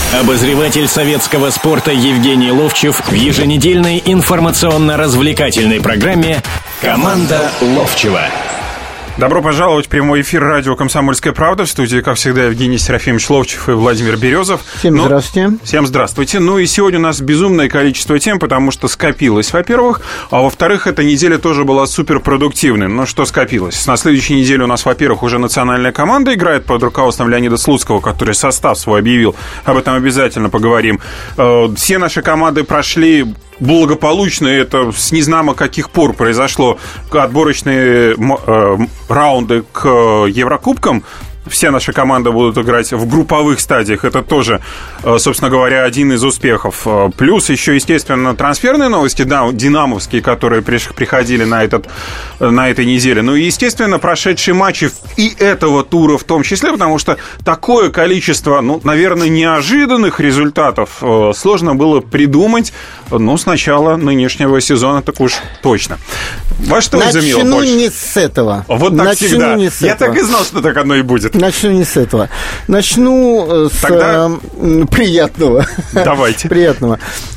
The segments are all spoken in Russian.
Обозреватель советского спорта Евгений Ловчев в еженедельной информационно-развлекательной программе «Команда Ловчева». Добро пожаловать в прямой эфир радио «Комсомольская правда». В студии, как всегда, Евгений Серафимович Ловчев и Владимир Березов. Всем здравствуйте. Всем здравствуйте. Ну и сегодня у нас безумное количество тем, потому что скопилось, во-первых. А во-вторых, эта неделя тоже была суперпродуктивной. Ну что скопилось? На следующей неделе у нас, во-первых, уже национальная команда играет под руководством Леонида Слуцкого, который состав свой объявил. Об этом обязательно поговорим. Все наши команды прошли благополучно, это с незнамо каких пор произошло, отборочные раунды к Еврокубкам. Все наши команды будут играть в групповых стадиях. Это тоже, собственно говоря, один из успехов. Плюс еще, естественно, трансферные новости, да, динамовские, которые приходили на этой неделе. Ну и, естественно, прошедшие матчи и этого тура в том числе, потому что такое количество, наверное, неожиданных результатов сложно было придумать, с начала нынешнего сезона, так уж точно. Во что изумило больше? Начну не с этого. Вот так всегда. Я так и знал, что так оно и будет. Начну не с этого. Начну с приятного. Давайте. Приятного.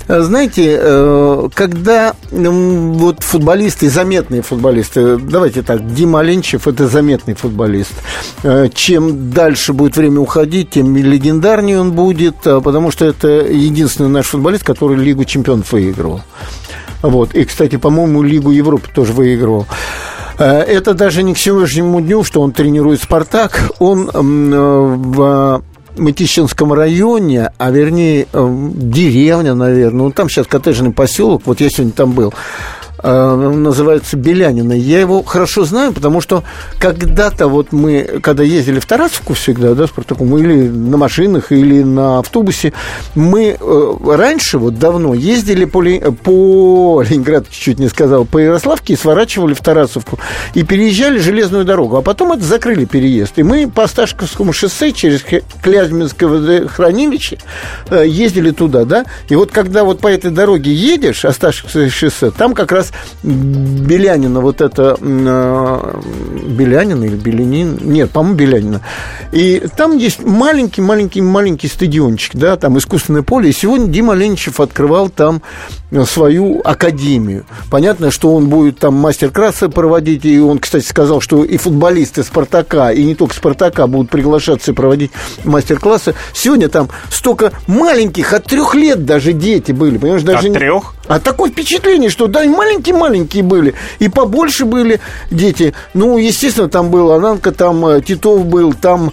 Знаете, когда вот футболисты, заметные футболисты, давайте так, Дима Аленчев – это заметный футболист. Чем дальше будет время уходить, тем легендарнее он будет, потому что это единственный наш футболист, который Лигу чемпионов выигрывал. Вот. И, кстати, по-моему, Лигу Европы тоже выигрывал. Это даже не к сегодняшнему дню, что он тренирует «Спартак». Он в Мытищинском районе, а вернее деревня, наверное, там сейчас коттеджный поселок, вот я сегодня там был, называется Белянина. Я его хорошо знаю, потому что когда-то вот мы, когда ездили в Тарасовку всегда, да, Спартаком, или на машинах, или на автобусе, мы раньше, вот давно, ездили по Ленинграду, чуть не сказал, по Ярославке и сворачивали в Тарасовку и переезжали железную дорогу, а потом это закрыли переезд. И мы по Осташковскому шоссе через Клязьминское водохранилище ездили туда, да, и вот когда вот по этой дороге едешь, Осташковское шоссе, там как раз Белянина, вот это Белянина или Белянин, нет, по-моему, Белянина. И там есть маленький стадиончик, да, там искусственное поле. И сегодня Дима Аленчев открывал там свою академию. Понятно, что он будет там мастер-классы проводить, и он, кстати, сказал, что и футболисты «Спартака», и не только «Спартака» будут приглашаться и проводить мастер-классы. Сегодня там столько маленьких, от 3 лет даже дети были, понимаешь, даже от 3? А такое впечатление, что да, маленькие были, и побольше были дети. Ну, естественно, там был Ананка, там Титов был, там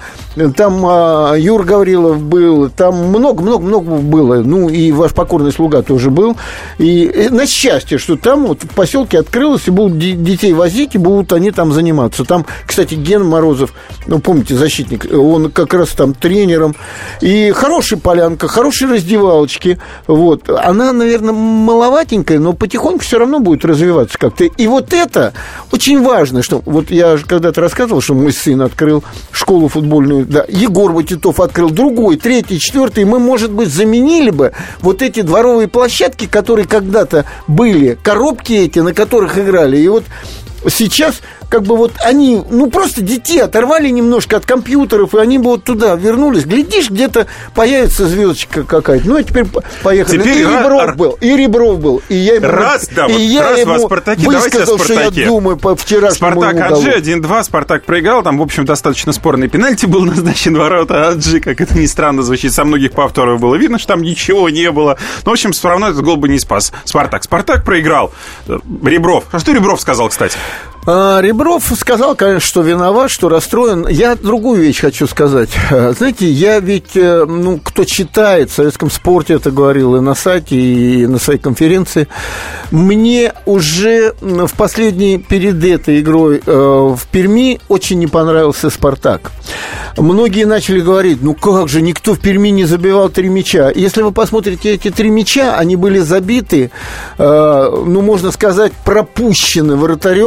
Юр Гаврилов был, там много было. Ну, и ваш покорный слуга тоже был. И на счастье, что там вот в поселке открылось, и будут детей возить, и будут они там заниматься. Там, кстати, Ген Морозов, помните, защитник, он как раз там тренером. И хорошая полянка, хорошие раздевалочки. Вот. Она, наверное, маловатенькая, но потихоньку все равно будет развиваться как-то. И вот это очень важно, что вот я когда-то рассказывал, что мой сын открыл школу футбольную, да, Егор Титов открыл другой, 3-й, 4-й, мы, может быть, заменили бы вот эти дворовые площадки, которые когда-то были, коробки эти, на которых играли, и вот сейчас как бы вот они, просто детей оторвали немножко от компьютеров, и они бы вот туда вернулись. Глядишь, где-то появится звездочка какая-то. А теперь поехали. Теперь и Ребров был. И я ему высказал, что я думаю по вчерашнему «Спартак» Аджи 1-2, «Спартак» проиграл. Там, в общем, достаточно спорный пенальти был назначен ворота Аджи, как это ни странно звучит. Со многих повторов было видно, что там ничего не было. Но, в общем, все равно этот гол бы не спас «Спартак». «Спартак» проиграл. Ребров. А что Ребров сказал, кстати? Ребров сказал, конечно, что виноват, что расстроен. Я другую вещь хочу сказать. Знаете, я ведь, кто читает, в советском спорте это говорил и на сайте, и на своей конференции, мне уже в последней перед этой игрой в Перми очень не понравился «Спартак». Многие начали говорить, как же, никто в Перми не забивал 3 мяча. Если вы посмотрите эти 3 мяча, они были забиты, можно сказать, пропущены вратарем, и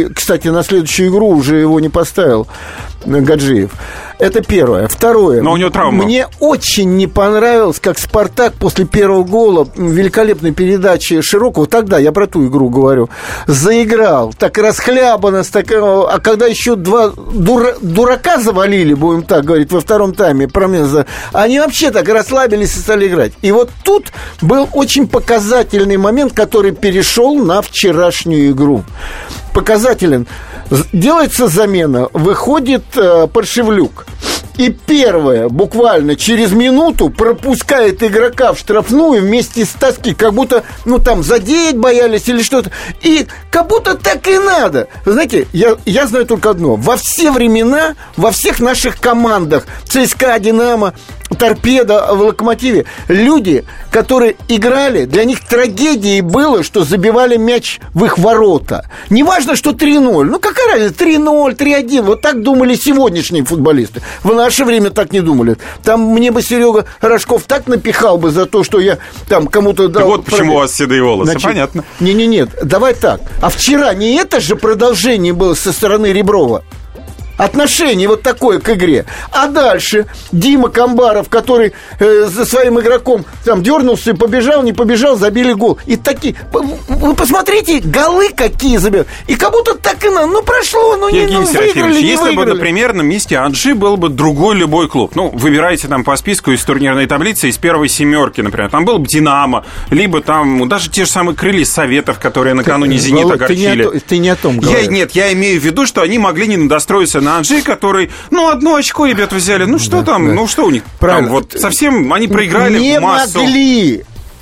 И, кстати, на следующую игру уже его не поставил Гаджиев. Это первое. Второе. Но у него травма. Мне очень не понравилось, как «Спартак» после первого гола великолепной передачи Широкого, тогда, я про ту игру говорю, заиграл. Так расхлябанно, а когда еще два дурака завалили, будем так говорить, во втором тайме, они вообще так расслабились и стали играть. И вот тут был очень показательный момент, который перешел на вчерашнюю игру. Показателен. Делается замена, выходит Паршевлюк. И первое, буквально через минуту пропускает игрока в штрафную вместе с Тоски, как будто, там, задеть боялись или что-то. И как будто так и надо. Вы знаете, я знаю только одно. Во все времена, во всех наших командах, ЦСКА, Динамо, Торпедо, в Локомотиве, люди, которые играли, для них трагедией было, что забивали мяч в их ворота. Неважно, что 3-0. Какая разница, 3-0, 3-1. Вот так думали сегодняшние футболисты. В наше время так не думали. Там мне бы Серега Рожков так напихал бы за то, что я там кому-то дал. Вот почему у вас седые волосы, значит, понятно. Нет, давай так. А вчера не это же продолжение было со стороны Реброва? Отношение вот такое к игре. А дальше Дима Камбаров, который за своим игроком там дернулся и побежал, не побежал, забили гол. И такие, вы посмотрите, голы какие забили. И как будто так и надо. Прошло, Евгений Серафимович, если бы, например, на месте Аджи был бы другой любой клуб, выбирайте там по списку из турнирной таблицы, из первой семерки, например, там был бы «Динамо», либо там даже те же самые «Крылья Советов», которые накануне «Зенит» огорчили. Ты не о том говоришь. Я имею в виду, что они могли не надостроиться на Аджи, который, одно очко ребята взяли. Что там, что у них? Правильно. Там вот совсем они проиграли не массу. Могли.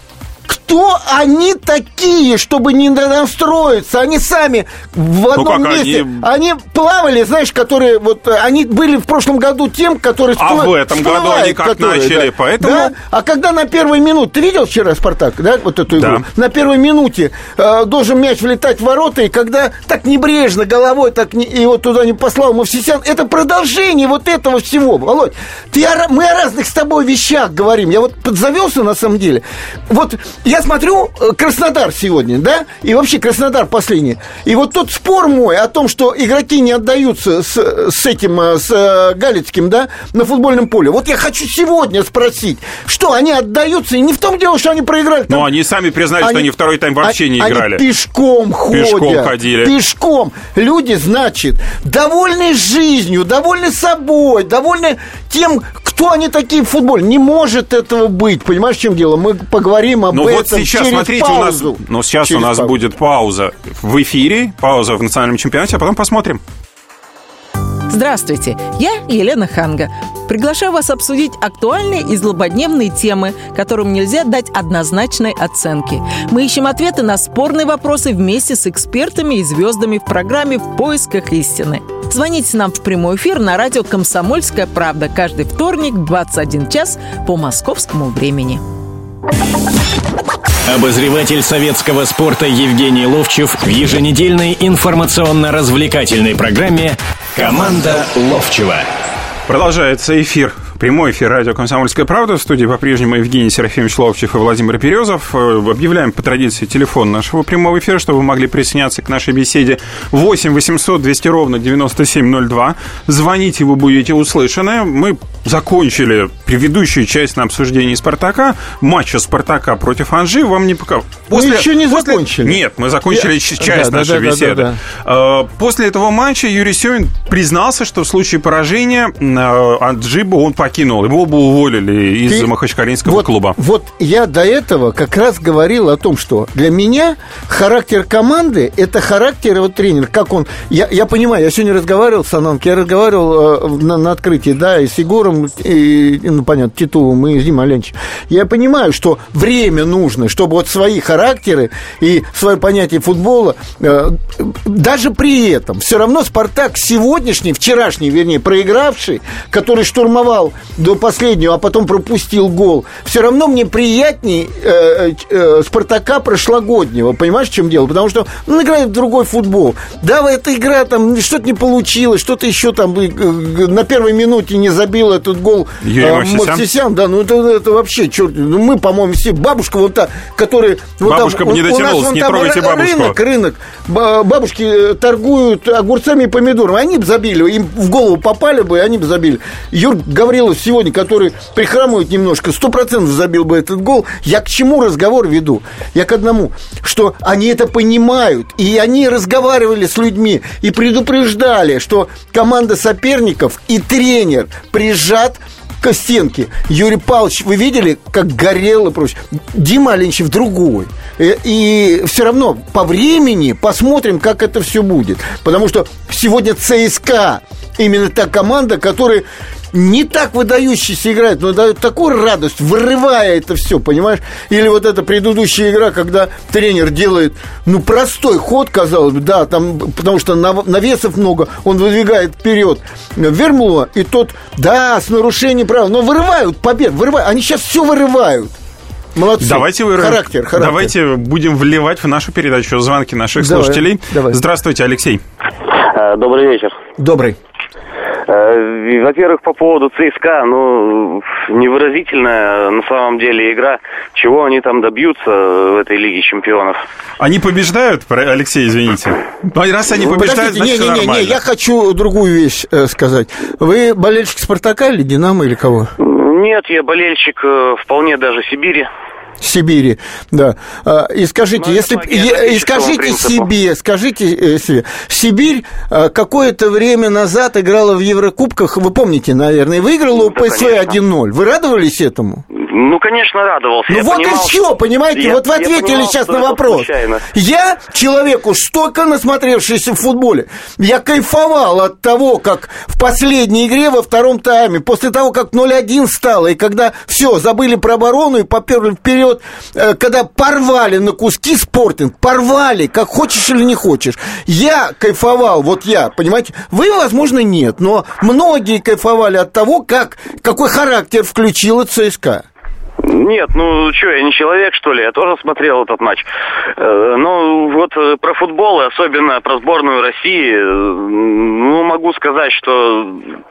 Кто они такие, чтобы не настроиться? Они сами в одном месте. Они плавали, знаешь, которые они были в прошлом году тем, которые в этом году они как начали, да? Поэтому... Да? А когда на первой минуте... Ты видел вчера «Спартак», да, вот эту игру? Да. На первой минуте должен мяч влетать в ворота, и когда так небрежно головой и вот туда не послал Мовсисян, это продолжение вот этого всего. Володь, мы о разных с тобой вещах говорим. Я подзавелся на самом деле. Я смотрю Краснодар сегодня, да, и вообще Краснодар последний. И тот спор мой о том, что игроки не отдаются с Галицким, да, на футбольном поле. Я хочу сегодня спросить, что они отдаются, и не в том дело, что они проиграли. Но они сами признали, что они второй тайм вообще не играли. Они пешком ходят. Пешком ходили. Пешком. Люди, значит, довольны жизнью, довольны собой, довольны тем, кто они такие в футболе. Не может этого быть. Понимаешь, в чем дело? Мы поговорим об этом сейчас, через смотрите, паузу. Сейчас у нас будет пауза в эфире, пауза в национальном чемпионате, а потом посмотрим. Здравствуйте, я Елена Ханга. Приглашаю вас обсудить актуальные и злободневные темы, которым нельзя дать однозначной оценки. Мы ищем ответы на спорные вопросы вместе с экспертами и звездами в программе «В поисках истины». Звоните нам в прямой эфир на радио «Комсомольская правда» каждый вторник в 21 час по московскому времени. Обозреватель советского спорта Евгений Ловчев в еженедельной информационно-развлекательной программе «Команда Ловчева». Продолжается эфир. Прямой эфир радио «Комсомольская правда». В студии по-прежнему Евгений Серафимович Ловчев и Владимир Березов. Объявляем по традиции телефон нашего прямого эфира, чтобы вы могли присоединяться к нашей беседе. 8 800 200 ровно 9702. Звоните, вы будете услышаны. Мы закончили предыдущую часть на обсуждении «Спартака». Матча «Спартака» против «Анжи». Вам не пока... Мы еще не закончили. Нет, мы закончили часть нашей беседы. После этого матча Юрий Семин признался, что в случае поражения «Анжи» бы он покинул, его бы уволили из махачкалинского клуба. Я до этого как раз говорил о том, что для меня характер команды – это характер тренера. Как он... Я понимаю, я сегодня разговаривал с Анонкой, я разговаривал на открытии, да, и с Егором, и понятно, Титовым, и с Димой Ленчем. Я понимаю, что время нужно, чтобы свои характеры и свое понятие футбола, даже при этом, все равно «Спартак» сегодняшний, вчерашний, вернее, проигравший, который штурмовал до последнего, а потом пропустил гол, все равно мне приятней Спартака прошлогоднего. Понимаешь, в чем дело? Потому что он играет в другой футбол. Да, эта игра там что-то не получилось, что-то еще там на первой минуте не забил этот гол Мовсисян. Да, ну это вообще, черт, ну мы, по-моему, все, бабушка вот та, которая... Бабушка вот не дотянулась, не трогайте бабушку. Рынок, бабушки торгуют огурцами и помидорами, они бы забили, им в голову попали бы, и они бы забили. Юр Гаврилов сегодня, который прихрамывает немножко, 100% забил бы этот гол. Я к чему разговор веду? Я к одному, что они это понимают, и они разговаривали с людьми, и предупреждали, что команда соперников и тренер прижат к стенке. Юрий Павлович, вы видели, как горел и прочее? Дима Аленчев другой. И все равно по времени посмотрим, как это все будет. Потому что сегодня ЦСКА именно та команда, которая не так выдающийся играет, но дает такую радость, вырывая это все, понимаешь? Или вот эта предыдущая игра, когда тренер делает, простой ход, казалось бы, да, там, потому что навесов много, он выдвигает вперед Вермула, и тот, да, с нарушением правил, но вырывают победу, вырывают, они сейчас все вырывают. Молодцы. Давайте характер. Давайте будем вливать в нашу передачу звонки наших слушателей. Давай. Здравствуйте, Алексей. Добрый вечер. Добрый. Во-первых, по поводу ЦСКА, невыразительная на самом деле игра. Чего они там добьются в этой Лиге Чемпионов? Они побеждают, Алексей, извините. Раз они побеждают, значит, все нормально. Я хочу другую вещь сказать. Вы болельщик Спартака или Динамо, или кого? Нет, я болельщик вполне даже Сибири, да. И скажите, скажите себе, Сибирь какое-то время назад играла в Еврокубках, вы помните, наверное, выиграла у ПСВ 1-0. Вы радовались этому? Конечно, радовался. И все, понимаете, вот вы ответили сейчас на вопрос. Я, человеку, столько насмотревшийся в футболе, я кайфовал от того, как в последней игре во втором тайме, после того, как 0-1 стало, и когда все, забыли про оборону и поперли вперед, когда порвали на куски Спортинг, порвали, как хочешь или не хочешь. Я кайфовал, понимаете, вы, возможно, нет, но многие кайфовали от того, какой характер включила ЦСКА. Нет, я не человек, что ли? Я тоже смотрел этот матч. Про футбол, и особенно про сборную России, могу сказать, что...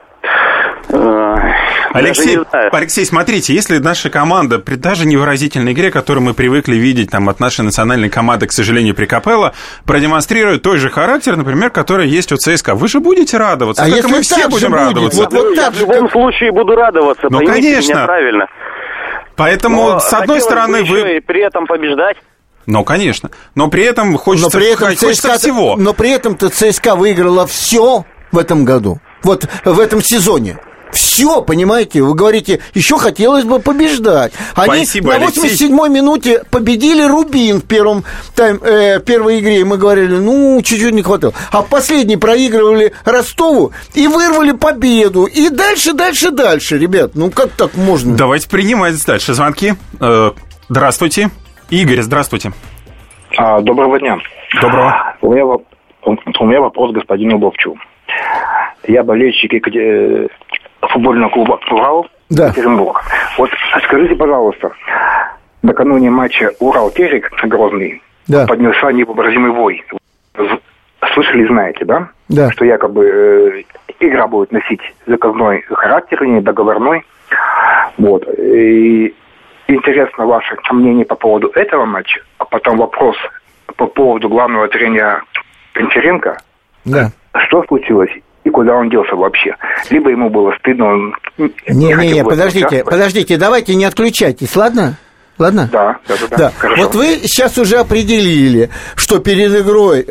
Алексей, смотрите, если наша команда при даже невыразительной игре, которую мы привыкли видеть от нашей национальной команды, к сожалению, при Капелло, продемонстрирует той же характер, например, который есть у ЦСКА, вы же будете радоваться, как и мы все будем радоваться. Я в любом случае буду радоваться, конечно. Меня правильно. Поэтому, с одной стороны, вы... И при этом побеждать. Конечно. Но при этом хочется всего. Но при этом-то ЦСКА выиграла все в этом году. Вот в этом сезоне. Все, понимаете, вы говорите, еще хотелось бы побеждать. Они на 87-й минуте победили Рубин в первой игре, и мы говорили, чуть-чуть не хватало. А в последней проигрывали Ростову и вырвали победу. И дальше, ребят, как так можно? Давайте принимать дальше звонки. Здравствуйте. Игорь, здравствуйте. Доброго дня. Доброго. У меня вопрос к господину Ловчеву. Я болельщик футбольного клуба «Урал», Екатеринбург. Вот скажите, пожалуйста, накануне матча «Урал-Терек» Грозный поднялся невообразимый вой. Слышали, знаете, да? Да. Что якобы игра будет носить заказной характер, не договорной. Вот. И интересно ваше мнение по поводу этого матча, а потом вопрос по поводу главного тренера Гончаренко. Да. Что случилось и куда он делся вообще? Либо ему было стыдно, он не, подождите, давайте не отключайтесь, ладно? Да. Хорошо. Вот вы сейчас уже определили, что перед игрой,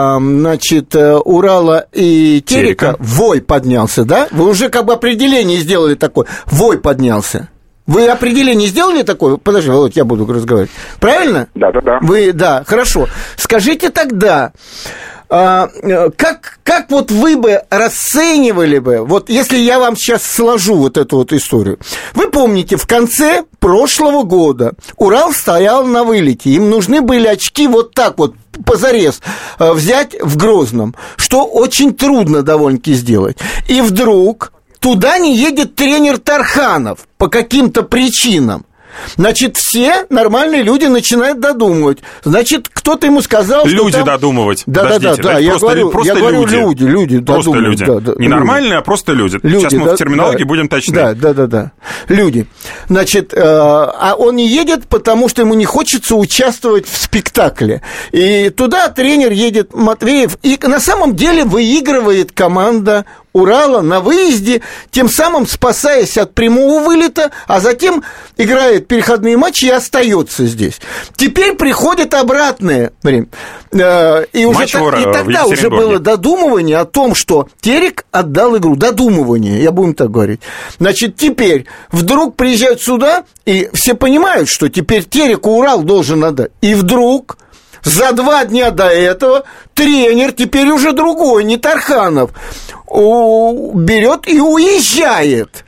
Урала и Терека вой поднялся, да? Вы уже определение сделали такое. Вой поднялся. Вы определение сделали такое? Подожди, Володь, я буду разговаривать. Правильно? Да. Да, хорошо. Скажите тогда, как вы бы расценивали бы, если я вам сейчас сложу эту историю. Вы помните, в конце прошлого года Урал стоял на вылете, им нужны были очки позарез взять в Грозном, что очень трудно довольно-таки сделать. И вдруг туда не едет тренер Тарханов по каким-то причинам. Значит, все нормальные люди начинают додумывать. Значит, кто-то ему сказал, что люди там... додумывать. Да, я говорю люди просто додумывают. Люди. Не нормальные, а просто люди. Сейчас мы в терминологии будем точны. Да. Люди. Значит, а он не едет, потому что ему не хочется участвовать в спектакле. И туда тренер едет Матвеев. И на самом деле выигрывает команда Урала на выезде, тем самым спасаясь от прямого вылета, а затем играет переходные матчи и остается здесь. Теперь приходит обратное время. И тогда уже было додумывание о том, что Терек отдал игру. Додумывание, я будем так говорить. Значит, теперь вдруг приезжают сюда, и все понимают, что теперь Тереку Урал должен отдать. И вдруг... За 2 дня до этого тренер, теперь уже другой, не Тарханов, берет и уезжает.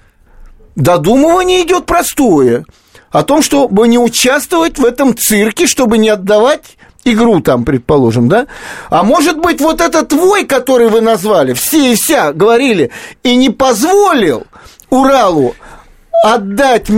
Додумывание идет простое. О том, чтобы не участвовать в этом цирке, чтобы не отдавать игру там, предположим, да? А может быть, вот этот вой, который вы назвали, все и вся говорили, и не позволил Уралу отдать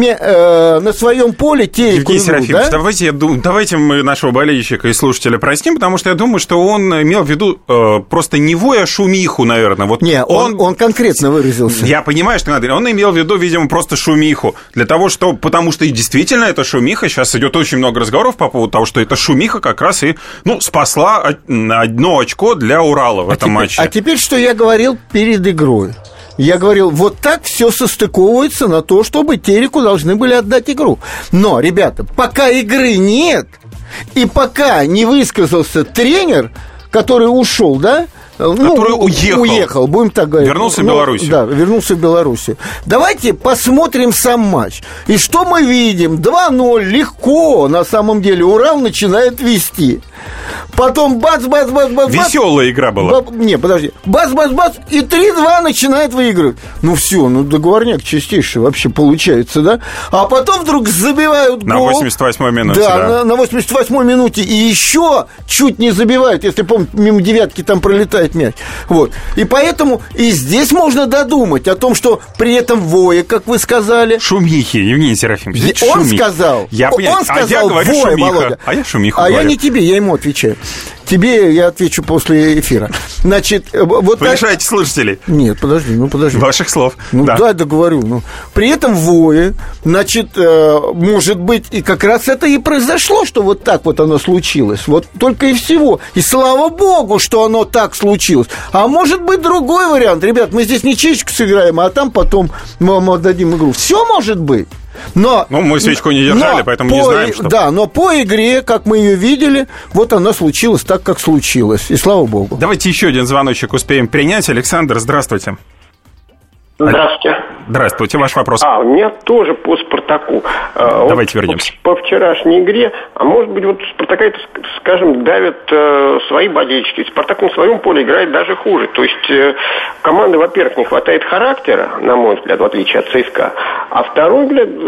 на своем поле Тереку игру, Серафимович, да? давайте мы нашего болельщика и слушателя простим, потому что я думаю, что он имел в виду просто не вой, а шумиху, наверное. Вот не, он конкретно выразился. Я понимаю, что надо. Он имел в виду, видимо, просто шумиху. Потому что и действительно эта шумиха, сейчас идет очень много разговоров по поводу того, что эта шумиха как раз и спасла 1 очко для Урала в этом матче. А теперь, что я говорил перед игрой. Я говорил, вот так все состыковывается на то, чтобы Тереку должны были отдать игру. Но, ребята, пока игры нет, и пока не высказался тренер, который ушел, да? Который уехал, будем так говорить. Вернулся в Белоруссию. Да, вернулся в Белоруссию. Давайте посмотрим сам матч. И что мы видим? 2-0, легко, на самом деле. Урал начинает вести. Потом бац-бац-бац-бац. Веселая игра была. Не, подожди. Бац-бац-бац, и 3-2 начинает выигрывать. Ну все, договорняк чистейший вообще получается, да? А потом вдруг забивают гол. На 88-й минуте, да. На 88-й минуте. И еще чуть не забивают, если помните, мимо девятки там пролетает мяч. Вот. И поэтому и здесь можно додумать о том, что при этом вое, как вы сказали... Шумихи, Евгений Серафимович. Он сказал. Он сказал, я говорю вое, шумиха. Володя. А я шумиху говорю. Я не тебе, я ему отвечаю. Тебе я отвечу после эфира. Значит, вот вы лишаете слушателей. Нет, подожди. Ваших слов. Да, договорю. При этом вое, значит, может быть, и как раз это и произошло, что вот так вот оно случилось. Вот только и всего. И слава богу, что оно так случилось. А может быть, другой вариант. Ребят, мы здесь ничеечку сыграем, а там потом мы вам отдадим игру. Все может быть. Но мы свечку не держали, поэтому не знаем, что... Да, но по игре, как мы ее видели, вот она случилась так, как случилось. И слава богу. Давайте еще один звоночек успеем принять. Александр, здравствуйте. Здравствуйте. Здравствуйте, ваш вопрос. У меня тоже по «Спартаку». Давайте вернемся. По вчерашней игре, может быть, вот «Спартака», скажем, давят свои болельщики. «Спартак» на своем поле играет даже хуже. То есть команды, во-первых, не хватает характера, на мой взгляд, в отличие от ЦСКА. А второй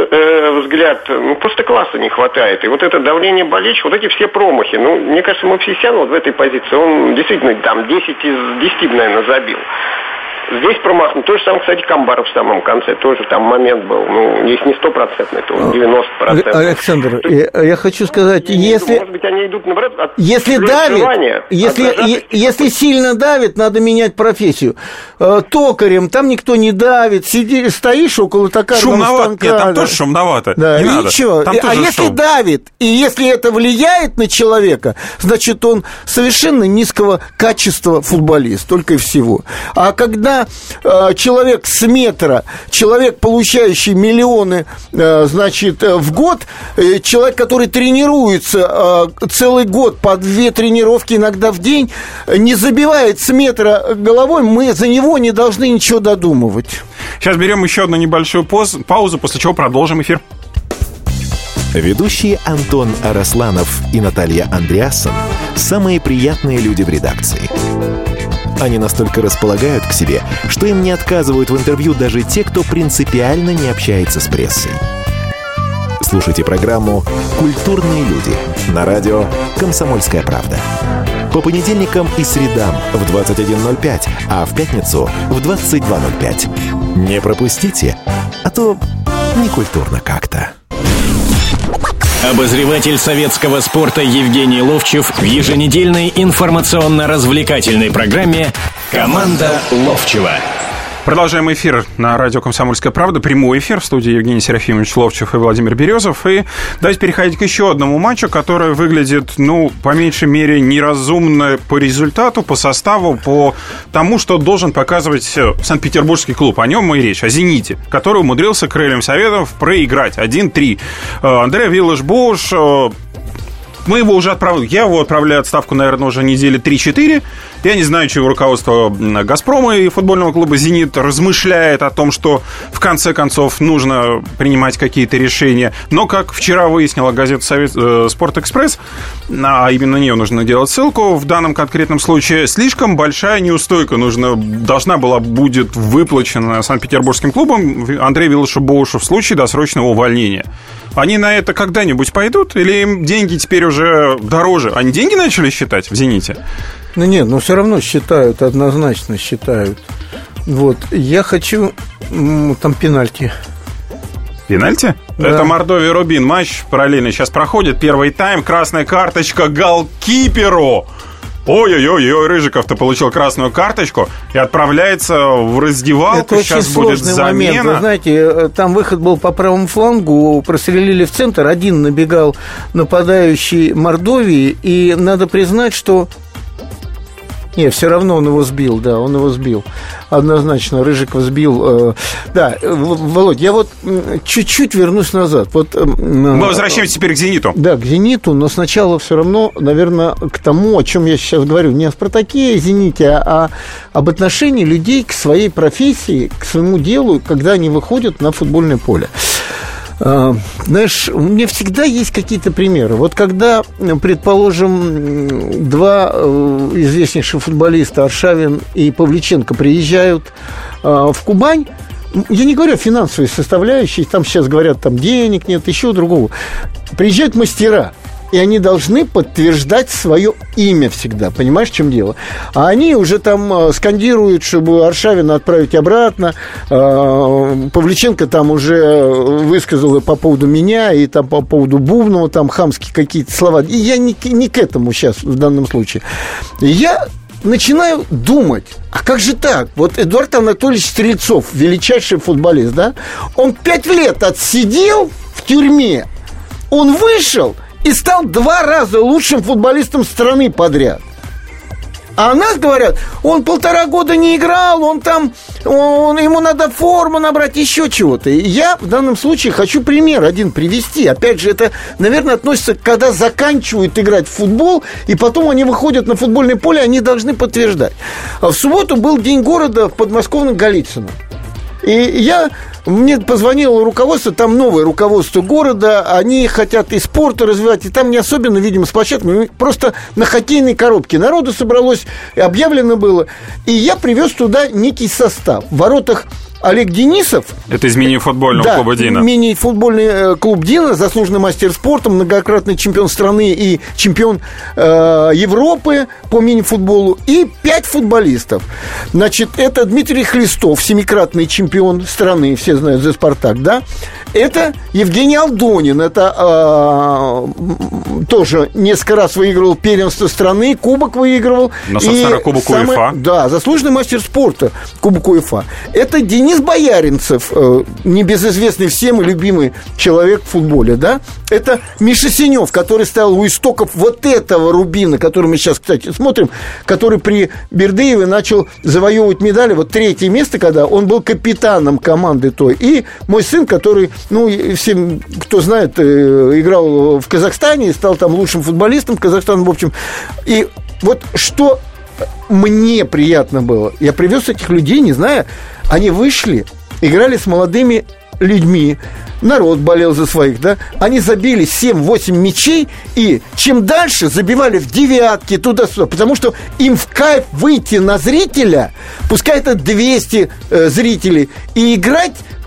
взгляд, просто класса не хватает. И вот это давление болельщиков, вот эти все промахи. Мне кажется, Мовсисян вот в этой позиции, он действительно там 10 из 10, наверное, забил. Здесь промахнул. То же самое, кстати, Камбаров в самом конце. Тоже там момент был. Если не 100%, то 90%. Александр, я хочу сказать, если... Может быть, они идут, наоборот, если давит, если сильно давит, надо менять профессию. Токарем там никто не давит. Стоишь около токарного станка. Нет, там тоже шумновато. Да, не надо. Ничего. А если давит, и если это влияет на человека, значит, он совершенно низкого качества футболист. Только и всего. А когда человек с метра, человек, получающий миллионы, значит, в год, человек, который тренируется целый год по 2 тренировки иногда в день, не забивает с метра головой, мы за него не должны ничего додумывать. Сейчас берем еще одну небольшую паузу, после чего продолжим эфир. Ведущие Антон Арасланов и Наталья Андреасон – самые приятные люди в редакции. Они настолько располагают к себе, что им не отказывают в интервью даже те, кто принципиально не общается с прессой. Слушайте программу «Культурные люди» на радио «Комсомольская правда». По понедельникам и средам в 21:05, а в пятницу в 22:05. Не пропустите, а то некультурно как-то. Обозреватель советского спорта Евгений Ловчев в еженедельной информационно-развлекательной программе «Команда Ловчева». Продолжаем эфир на радио «Комсомольская правда». Прямой эфир в студии Евгений Серафимович Ловчев и Владимир Березов. И давайте переходить к еще одному матчу, который выглядит, по меньшей мере, неразумно по результату, по составу, по тому, что должен показывать Санкт-Петербургский клуб. О нем и речь, о «Зените», который умудрился крыльям Советов проиграть 1-3. Андрей Виллаш-Боуш... Мы его уже отправили. Я его отправляю в отставку, наверное, уже недели 3-4. Я не знаю, чего руководство «Газпрома» и футбольного клуба «Зенит» размышляет о том, что в конце концов нужно принимать какие-то решения. Но, как вчера выяснила газета «Спорт-Экспресс», а именно на нее нужно делать ссылку, в данном конкретном случае слишком большая неустойка должна была будет выплачена Санкт-Петербургским клубом Андрею Виллашу-Боушу в случае досрочного увольнения. Они на это когда-нибудь пойдут? Или им деньги теперь уже дороже? Они деньги начали считать в «Зените»? Нет, все равно считают, однозначно считают. Вот, я хочу... Там пенальти. Пенальти? Да. Это Мордовия-Рубин. Матч параллельно сейчас проходит. Первый тайм. Красная карточка голкиперу. Ой-ой-ой, Рыжиков-то получил красную карточку и отправляется в раздевалку. Это сейчас очень будет сложный замена. Момент. Вы знаете, там выход был по правому флангу, прострелили в центр, один набегал нападающий Мордовии, и надо признать, что... Нет, все равно он его сбил, да, он его сбил. Однозначно, Рыжиков сбил. Да, Володь, я вот чуть-чуть вернусь назад. Мы возвращаемся теперь к «Зениту». Да, к «Зениту», но сначала все равно, наверное, к тому, о чем я сейчас говорю. Не о «Спартаке» и «Зените», а об отношении людей к своей профессии, к своему делу, когда они выходят на футбольное поле. Знаешь, у меня всегда есть какие-то примеры. Вот когда, предположим, два известнейших футболиста, Аршавин и Павличенко, приезжают в Кубань, я не говорю о финансовой составляющей, там сейчас говорят, там денег нет, еще другого. Приезжают мастера, и они должны подтверждать свое имя всегда. Понимаешь, в чем дело? А они уже там скандируют, чтобы Аршавина отправить обратно. Павличенко там уже высказал и по поводу меня, и там по поводу Бубнова, там хамские какие-то слова. И я не к этому сейчас в данном случае. Я начинаю думать, а как же так? Вот Эдуард Анатольевич Стрельцов, величайший футболист, да? Он 5 лет отсидел в тюрьме. Он вышел и стал 2 раза лучшим футболистом страны подряд. А о нас говорят, он 1,5 года не играл, ему надо форму набрать, еще чего-то. И я в данном случае хочу пример один привести. Опять же, это, наверное, относится, когда заканчивают играть в футбол, и потом они выходят на футбольное поле, они должны подтверждать. А в субботу был День города в подмосковном Голицыно. И мне позвонило руководство, там новое руководство города, они хотят и спорт развивать, и там не особенно, видимо, с площадками, просто на хоккейной коробке народу собралось, объявлено было, и я привез туда некий состав. В воротах Олег Денисов. Это из мини-футбольного клуба «Дино». Мини-футбольный клуб «Дино», заслуженный мастер спорта, многократный чемпион страны и чемпион Европы по мини-футболу, и 5 футболистов. Значит, это Дмитрий Хлестов, 7-кратный чемпион страны, все знают, за «Спартак», да? Это Евгений Алдонин, это тоже несколько раз выигрывал первенство страны, кубок выигрывал. Но, собственно, кубок УЕФА. Да, заслуженный мастер спорта, кубок УЕФА. Это Денис Бояринцев, небезызвестный всем и любимый человек в футболе, да? Это Миша Синев, который стоял у истоков вот этого Рубина, который мы сейчас, кстати, смотрим, который при Бердыеве начал завоевывать медали. Вот 3-е место, когда он был капитаном команды той. И мой сын, который, всем, кто знает, играл в Казахстане и стал там лучшим футболистом Казахстана, в общем. И вот что мне приятно было, я привез этих людей, не знаю, они вышли, играли с молодыми людьми, народ болел за своих, да, они забили 7-8 мячей, и чем дальше забивали в девятки, туда-сюда, потому что им в кайф выйти на зрителя, пускай это 200 зрителей, и играть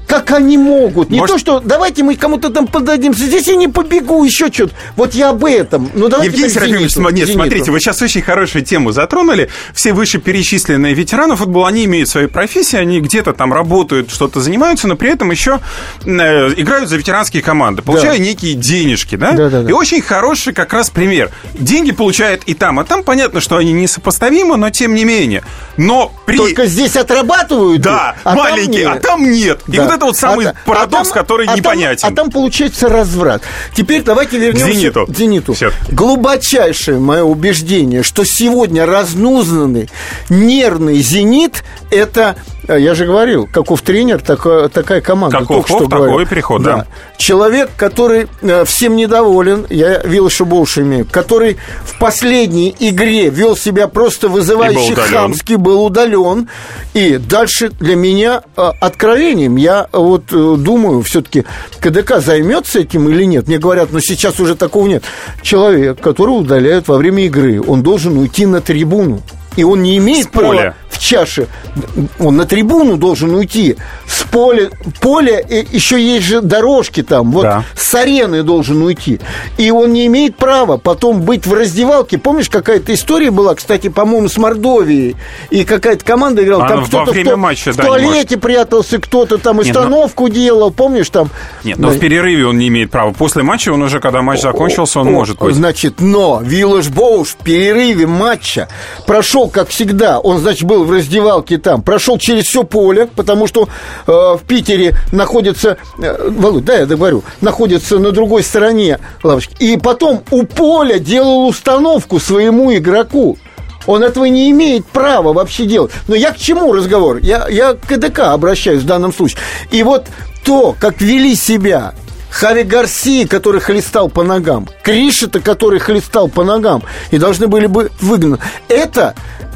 как они могут? Не Может... то, что давайте мы кому-то там подадимся, здесь я не побегу, еще что-то. Вот я об этом. Ну, давайте Евгений Серафимович, нет, смотрите, вы сейчас очень хорошую тему затронули. Все вышеперечисленные ветераны футбола, они имеют свои профессии, они где-то там работают, что-то занимаются, но при этом еще играют за ветеранские команды, получая некие денежки, да? И очень хороший как раз пример. Деньги получают и там понятно, что они несопоставимы, но тем не менее. Но только здесь отрабатывают. Да, маленькие, а там нет. И вот это вот самый парадокс, который непонятен. А там получается разврат. Теперь давайте вернемся к «Зениту». Глубочайшее мое убеждение, что сегодня разнузнанный нервный «Зенит» — это... Я же говорил, каков тренер, такая команда. Каков такой переход, да. Человек, который всем недоволен, я Виллоша больше имею, который в последней игре вел себя просто вызывающе хамски, был удален. И дальше для меня откровением. Я вот думаю, все-таки КДК займется этим или нет. Мне говорят, но сейчас уже такого нет. Человек, которого удаляют во время игры, он должен уйти на трибуну. И он не имеет права в чаше. Он на трибуну должен уйти. С поля еще есть же дорожки там. Вот с арены должен уйти. И он не имеет права потом быть в раздевалке. Помнишь, какая-то история была, кстати, по-моему, с Мордовией. И какая-то команда играла. Там кто-то в туалете прятался, кто-то там установку делал. Помнишь там? Нет, но в перерыве он не имеет права. После матча он уже, когда матч закончился, он может быть. Значит, но Виллош Боуш в перерыве матча прошел, как всегда, он, значит, был в раздевалке там, прошел через все поле, потому что в Питере находится, Володь, да, я договорю, находится на другой стороне лавочки, и потом у поля делал установку своему игроку. Он этого не имеет права вообще делать. Но я к чему разговор? Я к КДК обращаюсь в данном случае. И вот то, как вели себя Хави Гарсия, который хлестал по ногам, Кришета, который хлестал по ногам, и должны были бы выгнаны. Это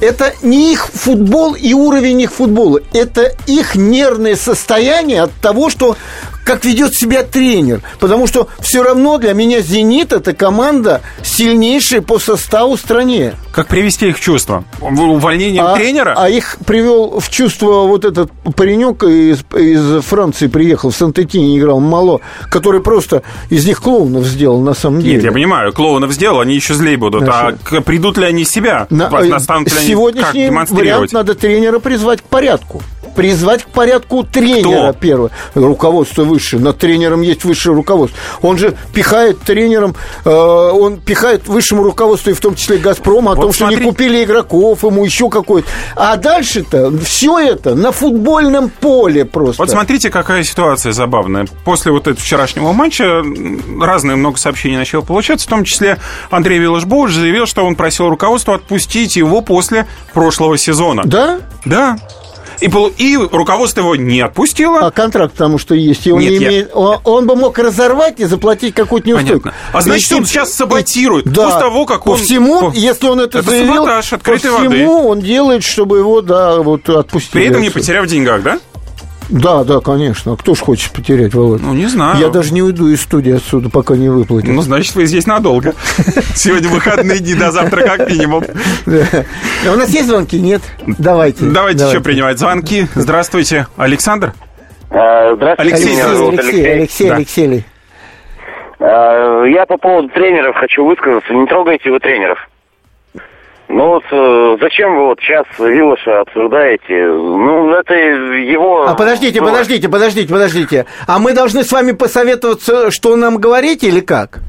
не их футбол и уровень их футбола. Это их нервное состояние от того, что как ведет себя тренер. Потому что все равно для меня «Зенит» — это команда сильнейшая по составу в стране. Как привести их в чувство? Увольнением тренера? А их привел в чувство вот этот паренек из Франции приехал, в Сант-Этине играл, Мало, который просто из них клоунов сделал на самом деле. Нет, я понимаю, клоунов сделал, они еще злей будут. А придут ли они в себя? Настанут ли они, сегодняшний вариант надо тренера призвать к порядку. Призвать к порядку тренера первое. Руководство высшее. Над тренером есть высшее руководство. Он же пихает тренером, он пихает высшему руководству, и в том числе «Газпрома», о том, что не купили игроков, ему еще какой-то. А дальше-то все это на футбольном поле просто. Вот смотрите, какая ситуация забавная. После вот этого вчерашнего матча разные много сообщений начало получаться, в том числе Андрей Виллош-Боуш заявил, что он просил руководство отпустить его после прошлого сезона. Да? Да. И руководство его не отпустило. А контракт потому что есть. И он, нет, не имеет, он бы мог разорвать и заплатить какую-то неустойку. Понятно. А значит, он сейчас саботирует. После того, как по он... всему, если он это заявил, саботаж, по всему он делает, чтобы его, отпустили. При этом не потеряв в деньгах, да? Да, конечно. Кто ж хочет потерять, Володь? Ну, не знаю. Я даже не уйду из студии отсюда, пока не выплатят. Ну, значит, вы здесь надолго. Сегодня выходные дни, до завтра как минимум. У нас есть звонки? Нет? Давайте еще принимать звонки. Здравствуйте, Александр. Здравствуйте, Алексей. Я по поводу тренеров хочу высказаться. Не трогайте вы тренеров. Ну вот зачем вы вот сейчас Виллоша обсуждаете? Ну, это его... А подождите. А мы должны с вами посоветоваться, что нам говорить или как?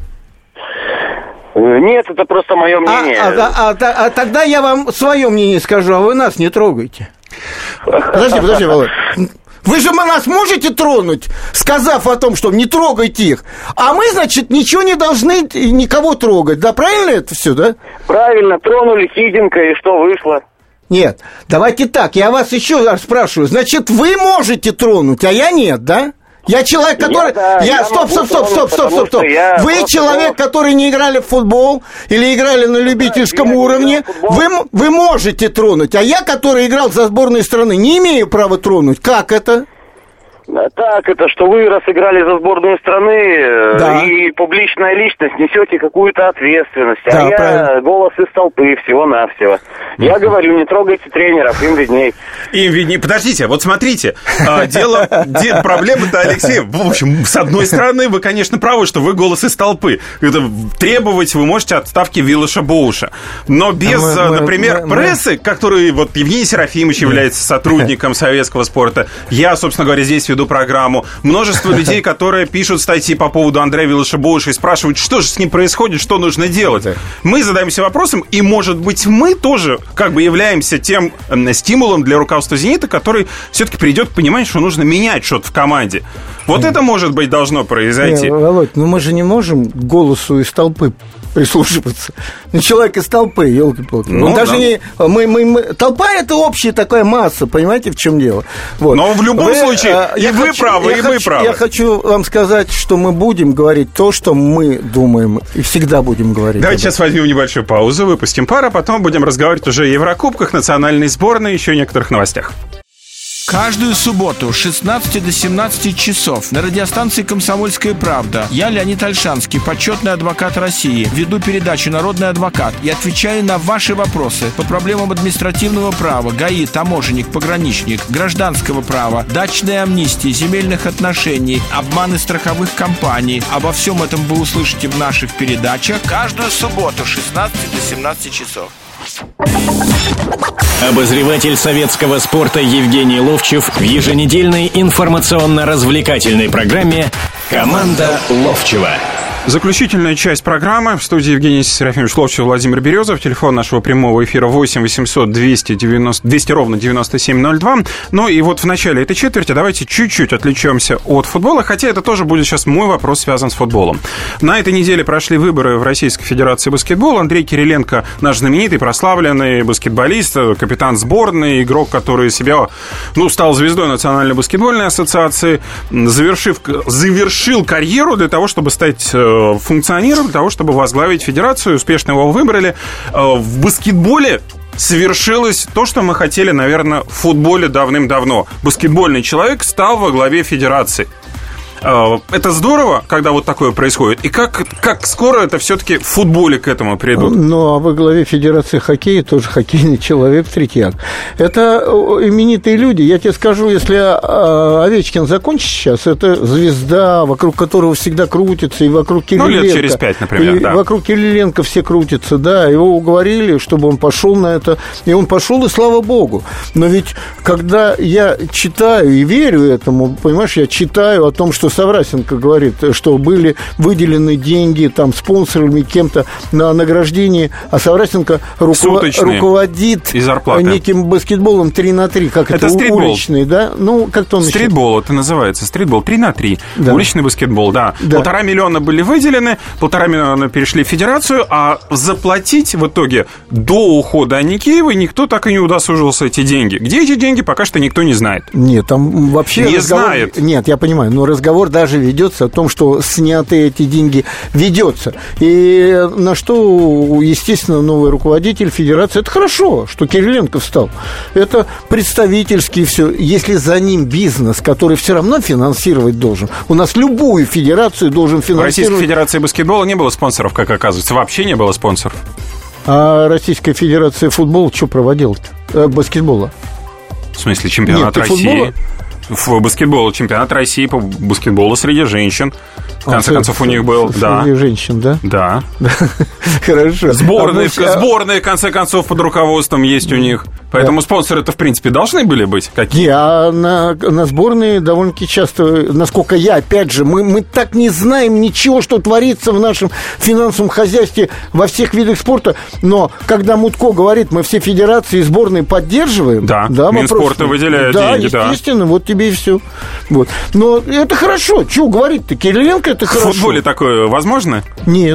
Нет, это просто мое мнение. Тогда я вам свое мнение скажу, а вы нас не трогайте. Подожди, Володь. Вы же нас можете тронуть, сказав о том, что не трогайте их. А мы, значит, ничего не должны никого трогать. Да, правильно это все, да? Правильно, тронули Хиденко, и что вышло? Нет, давайте так, я вас еще раз спрашиваю. Значит, вы можете тронуть, а я нет, да? Я человек, который... Стоп. Вы человек, который не играли в футбол или играли на любительском уровне. Вы можете тронуть. А я, который играл за сборную страны, не имею права тронуть. Как это? Так, это что вы раз играли за сборную страны, Да. И публичная личность, несете какую-то ответственность. Да, А я правильно. голос из толпы, всего-навсего. Я говорю, не трогайте тренеров, им видней. Им виднее. Подождите, вот смотрите. Проблема-то, Алексей, в общем, с одной стороны, вы, конечно, правы, что вы голос из толпы. Требовать вы можете отставки Виллоша Боуша. Но без, например, прессы, который вот Евгений Серафимович является сотрудником советского спорта. Я, собственно говоря, здесь веду программу. Множество людей, которые пишут статьи по поводу Андрея Виллоша Боуша и спрашивают, что же с ним происходит, что нужно делать. Мы задаемся вопросом, и, может быть, мы тоже как бы являемся тем стимулом для руководства «Зенита», который все-таки придет к пониманию, что нужно менять что-то в команде. Вот это, может быть, должно произойти. Володь, мы же не можем к голосу из толпы прислушиваться. Человек из толпы, елки-палки. Толпа – это общая такая масса, понимаете, в чем дело? Вот. Но в любом случае, вы правы, и мы правы. Я хочу вам сказать, что мы будем говорить то, что мы думаем, и всегда будем говорить. Давайте сейчас возьмем небольшую паузу, выпустим пар, а потом будем разговаривать уже о Еврокубках, национальной сборной и еще некоторых новостях. Каждую субботу с 16 до 17 часов на радиостанции «Комсомольская правда» я, Леонид Ольшанский, почетный адвокат России, веду передачу «Народный адвокат» и отвечаю на ваши вопросы по проблемам административного права, ГАИ, таможенник, пограничник, гражданского права, дачной амнистии, земельных отношений, обманы страховых компаний. Обо всем этом вы услышите в наших передачах каждую субботу с 16 до 17 часов. Обозреватель советского спорта Евгений Ловчев в еженедельной информационно-развлекательной программе «Команда Ловчева». Заключительная часть программы. В студии Евгений Серафимович Ловчев, Владимир Березов. Телефон нашего прямого эфира 8 800 200 ровно 9702. Ну и вот в начале этой четверти давайте чуть-чуть отвлечемся от футбола, хотя это тоже будет сейчас мой вопрос, связан с футболом. На этой неделе прошли выборы в Российской Федерации баскетбола. Андрей Кириленко, наш знаменитый, прославленный баскетболист, капитан сборной, игрок, который себя, стал звездой Национальной баскетбольной ассоциации, завершил карьеру для того, чтобы стать функционером, для того, чтобы возглавить федерацию. Успешно его выбрали. В баскетболе совершилось то, что мы хотели, наверное, в футболе давным-давно. Баскетбольный человек стал во главе федерации. Это здорово, когда вот такое происходит. И как скоро это все-таки в футболе к этому придут? А во главе Федерации хоккея тоже хоккейный человек Третьяк. Это именитые люди. Я тебе скажу, если Овечкин закончит сейчас, это звезда, вокруг которого всегда крутится, и вокруг Кириленко. Лет через 5, например, да. Вокруг Кириленко все крутятся, да. Его уговорили, чтобы он пошел на это. И он пошел, и слава богу. Но ведь, когда я читаю и верю этому, понимаешь, я читаю о том, что Саврасенко говорит, что были выделены деньги там спонсорами кем-то на награждение, а Саврасенко руководит неким баскетболом 3х3, как это уличный, да? Как-то он стритбол это называется, стритбол 3х3, да. Уличный баскетбол, да. 1,5 миллиона были выделены, 1,5 миллиона перешли в федерацию, а заплатить в итоге до ухода Аникеевой никто так и не удосужился эти деньги. Где эти деньги, пока что никто не знает. Нет, там вообще не знает. Нет, я понимаю, но разговор даже ведется о том, что снятые эти деньги ведется. И на что, естественно, новый руководитель федерации, это хорошо, что Кириленко встал. Это представительский все. Если за ним бизнес, который все равно финансировать должен, у нас любую федерацию должен финансировать. В Российской Федерации баскетбола не было спонсоров, как оказывается. Вообще не было спонсоров. А Российская Федерация футбола что проводила-то? Баскетбола. В смысле, чемпионат России? В баскетбол, чемпионат России по баскетболу среди женщин. В конце концов, у них был. Среди женщин, да? Да. Хорошо. Сборные, в конце концов, под руководством есть у них. Поэтому спонсоры-то, в принципе, должны были быть какие? А на сборные довольно-таки часто, насколько я, опять же, мы так не знаем ничего, что творится в нашем финансовом хозяйстве во всех видах спорта, но когда Мутко говорит, мы все федерации и сборные поддерживаем, да, Минспорта выделяет деньги, естественно, вот тебе и все. Вот. Но это хорошо, чего говорить-то, Кириленко, это хорошо. В футболе такое возможно? Нет.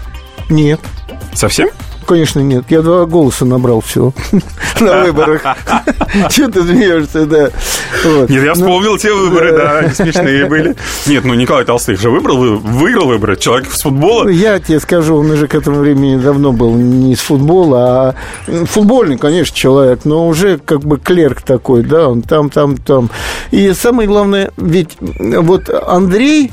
Совсем? Конечно, нет. Я 2 голоса набрал всего на выборах. Чего ты смеешься, да? Нет, я вспомнил те выборы, да, они смешные были. Нет, Николай Толстых же выиграл выборы. Человек с футбола. Я тебе скажу, он уже к этому времени давно был не с футбола, а футбольный, конечно, человек, но уже как бы клерк такой, да, он там. И самое главное, ведь вот Андрей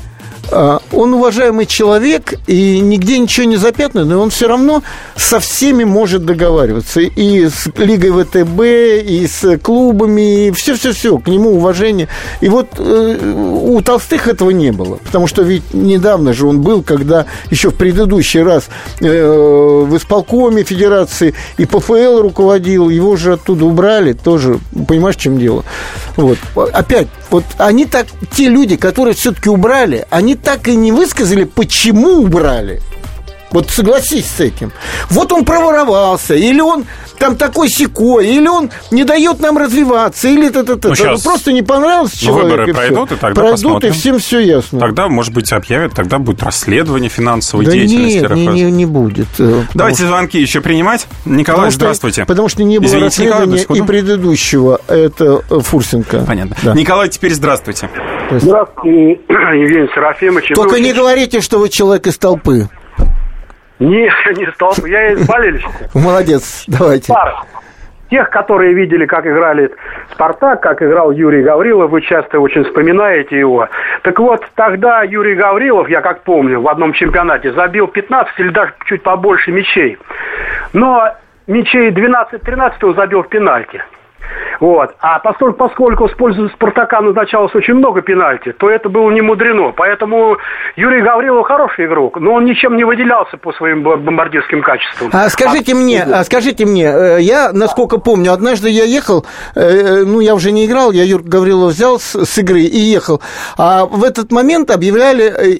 Он уважаемый человек, и нигде ничего не запятнано, но он все равно со всеми может договариваться. И с Лигой ВТБ, и с клубами, и все-все-все, к нему уважение. И вот у Толстых этого не было, потому что ведь недавно же он был, когда еще в предыдущий раз в исполкоме Федерации и ПФЛ руководил, его же оттуда убрали, тоже, понимаешь, в чем дело? Вот. Опять, вот они так, те люди, которые все-таки убрали, они так и не высказали, почему убрали. Вот согласись с этим. Вот он проворовался, или он там такой-сякой, или он не дает нам развиваться, или просто не понравился человеку. Выборы пройдут, и тогда пройдут, посмотрим. И всем все ясно. Тогда, может быть, объявят, тогда будет расследование финансовой да деятельности РФС. Не будет. Давайте звонки еще принимать. Николай, здравствуйте. Потому что не было расследования и предыдущего. Это Фурсенко. Понятно. Да. Николай, теперь здравствуйте. Здравствуйте, Евгений Серафимович. Только не говорите, что вы человек из толпы. Не из толпы, я из болельщиков. Молодец, давайте. Тех, которые видели, как играли «Спартак», как играл Юрий Гаврилов, вы часто очень вспоминаете его. Так вот, тогда Юрий Гаврилов, я как помню, в одном чемпионате забил 15 или даже чуть побольше мячей. Но мячей 12-13 он забил в пенальти. Вот. А поскольку в пользу «Спартака» назначалось очень много пенальти, то это было не мудрено. Поэтому Юрий Гаврилов хороший игрок, но он ничем не выделялся по своим бомбардирским качествам. Скажите мне, я, насколько помню, однажды я ехал, я уже не играл, я Юрия Гаврилова взял с игры и ехал. А в этот момент объявлял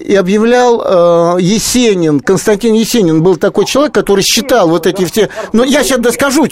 Есенин, Константин Есенин был такой человек, который считал вот эти все... Ну, я сейчас доскажу.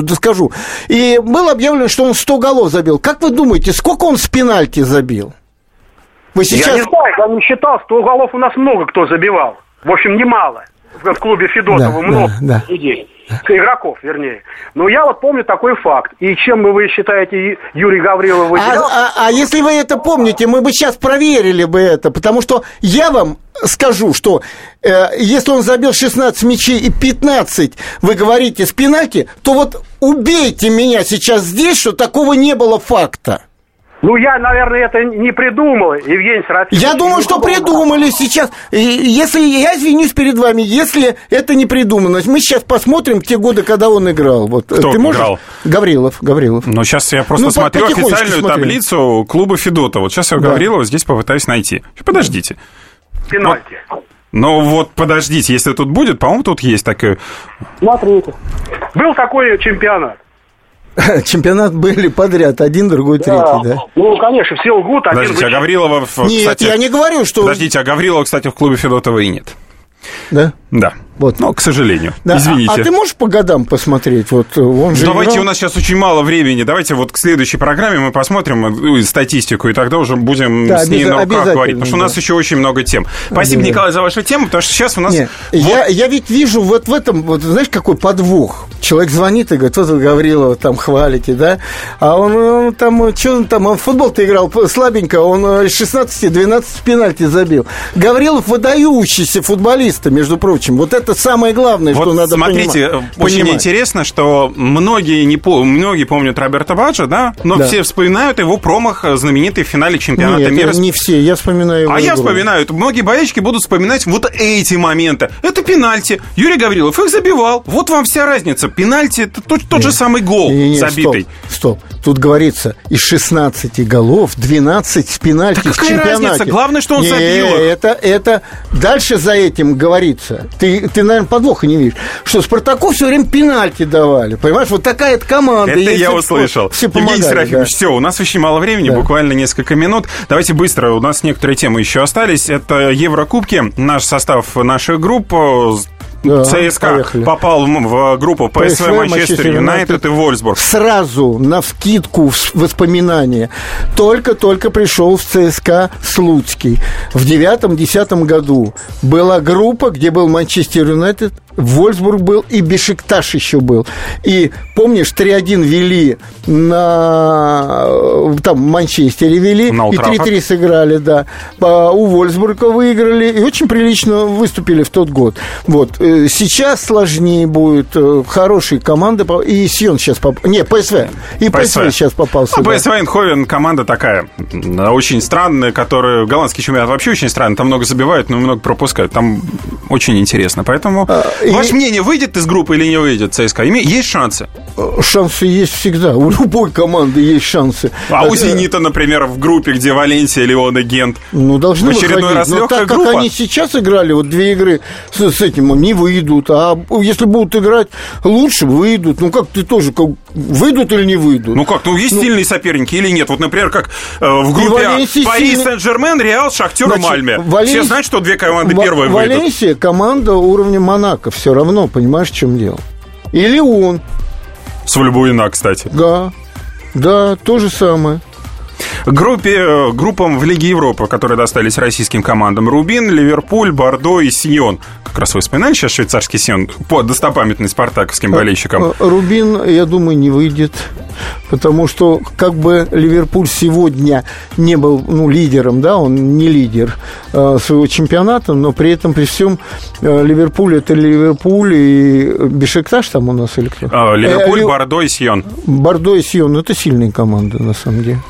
И было объявлено, что он 100 голов забил. Как вы думаете, сколько он с пенальти забил? Вы сейчас... Я не знаю, я не считал, 100 голов у нас много кто забивал. В общем, немало. В клубе Федотова много людей. Игроков, вернее. Но я вот помню такой факт. И чем вы считаете, Юрий Гаврилов выделялся? А если вы это помните, мы бы сейчас проверили бы это. Потому что я вам скажу, что если он забил 16 мячей и 15, вы говорите, с пенальти, то вот убейте меня сейчас здесь, что такого не было факта. Ну, я, наверное, это не придумал, Евгений Серафимович. Я думаю, что придумали сейчас. Если я извинюсь перед вами, если это не придумано. Мы сейчас посмотрим те годы, когда он играл. Вот. Кто ты можешь? играл? Гаврилов. Но сейчас я просто смотрю официальную таблицу клуба Федотова. Вот сейчас я Гаврилова здесь попытаюсь найти. Подождите. Пенальти. Ну вот подождите, если тут будет, по-моему, тут есть такое. Смотрите. Был такой чемпионат. Чемпионат были подряд, один, другой, третий, да? Ну, конечно, все лгут. Подождите, а Гаврилова... Нет, кстати, я не говорю, что... Подождите, а Гаврилова, кстати, в клубе Федотова и нет. Да? Да. Вот. Но, к сожалению. Да. Извините. А ты можешь по годам посмотреть? Вот он же давайте, играл... у нас сейчас очень мало времени. Давайте вот к следующей программе мы посмотрим статистику, и тогда уже будем с ней на руках говорить. Потому что у нас еще очень много тем. Спасибо, Николай, за вашу тему, потому что сейчас у нас... Нет, я ведь вижу вот в этом, вот знаешь, какой подвох. Человек звонит и говорит, вот вы Гаврилова там хвалите, да? А он там, что он там, он в футбол-то играл слабенько, он 16-12 пенальти забил. Гаврилов выдающийся футболист, между прочим. Вот это самое главное, вот что надо смотрите, очень интересно, что многие помнят Роберто Баджо, да, но все вспоминают его промах знаменитый в финале чемпионата мира. Не все, я вспоминаю его. Я вспоминаю, многие болельщики будут вспоминать вот эти моменты. Это пенальти. Юрий Гаврилов их забивал. Вот вам вся разница. Пенальти — это тот же самый гол забитый. Стоп. Тут говорится, из 16 голов 12 с пенальти в чемпионате. Разница? Главное, что он забил их. Это дальше за этим говорится. Ты, наверное, подвоха не видишь. Что Спартаку все время пенальти давали. Понимаешь, вот такая команда. Это я услышал. Все помогали, Евгений Серафимович, все, у нас очень мало времени, буквально несколько минут. Давайте быстро, у нас некоторые темы еще остались. Это Еврокубки, наш состав наших групп. ЦСКА попал в группу ПСВ, Манчестер Юнайтед и Вольсбург. Сразу, навскидку, воспоминания. Только пришел в ЦСКА Слуцкий. В 9-10 году была группа, где был Манчестер Юнайтед Вольфсбург был, и Бешикташ еще был. И помнишь, 3-1 вели там в Манчестере вели, и 3-3 сыграли, да. У Вольфсбурга выиграли, и очень прилично выступили в тот год. Вот. Сейчас сложнее будет. Хорошие команды. И Сьон сейчас попал. Не, ПСВ. И ПСВ сейчас попался. ПСВ Эйндховен команда такая, очень странная, которая... Голландский чемпионат вообще очень странный. Там много забивают, но много пропускают. Там очень интересно. Поэтому... Ваше мнение, выйдет из группы или не выйдет ЦСКА? Есть шансы? Шансы есть всегда. У любой команды есть шансы. А у «Зенита», например, в группе, где Валенсия, Лион и Гент, должны в очередной раз легкая группа. Как они сейчас играли, вот 2 игры с этим, не выйдут. А если будут играть лучше, выйдут. Как ты тоже, выйдут или не выйдут? Есть сильные соперники или нет? Вот, например, как в группе Пари Сен-Жермен, Реал, Шахтер и Мальме. Все знают, что 2 команды первые выйдут. Валенсия команда уровня Монако все равно, понимаешь, в чем дело. И Лион. С Вальбуина, кстати. Да, то же самое. Группам в Лиге Европы, которые достались российским командам: Рубин, Ливерпуль, Бордо и Синьон. Как раз вы вспоминали сейчас швейцарский Синьон по достопамятной спартаковским болельщикам? Рубин, я думаю, не выйдет. Потому что как бы Ливерпуль сегодня не был лидером, да, он не лидер своего чемпионата, но при этом, при всем, Ливерпуль — это Ливерпуль, и Бешикташ там у нас или кто? Ливерпуль, Бордо и Сион. Бордо и Сион — это сильные команды, на самом деле.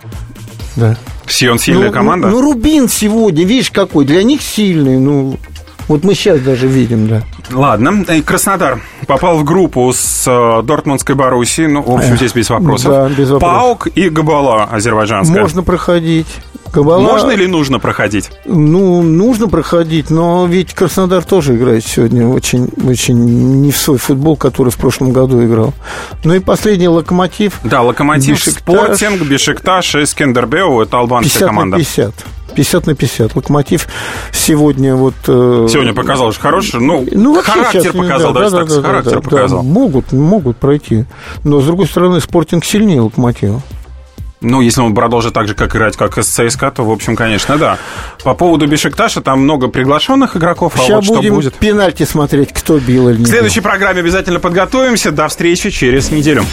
Да. Сион сильная команда? Рубин сегодня, видишь, какой, для них сильный, вот мы сейчас даже видим, да. Ладно. Краснодар попал в группу с Дортмундской Боруссией. В общем, здесь без вопросов. Да, без вопросов. ПАОК и Габала азербайджанская. Можно проходить. Габала... Можно или нужно проходить? Нужно проходить, но ведь Краснодар тоже играет сегодня очень, очень не в свой футбол, который в прошлом году играл. И последний Локомотив. Да, Локомотив, Спортинг, Бешикташ и Скандербеу. Это албанская команда. 50 на 50. Локомотив сегодня Сегодня показал, что хороший. Характер показал, характер показал. Могут пройти. Но, с другой стороны, Спортинг сильнее Локомотива. Если он продолжит так же, как играть, как с ЦСКА, то, в общем, конечно, да. По поводу Бешикташа, там много приглашенных игроков. Сейчас будем пенальти смотреть, кто бил или не бил. К следующей программе обязательно подготовимся. До встречи через неделю.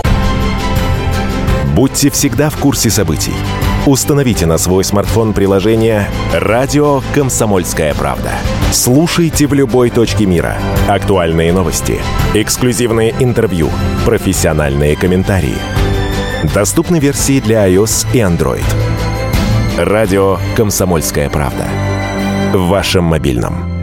Будьте всегда в курсе событий. Установите на свой смартфон приложение «Радио Комсомольская правда». Слушайте в любой точке мира. Актуальные новости, эксклюзивные интервью, профессиональные комментарии. Доступны версии для iOS и Android. Радио «Комсомольская правда». В вашем мобильном.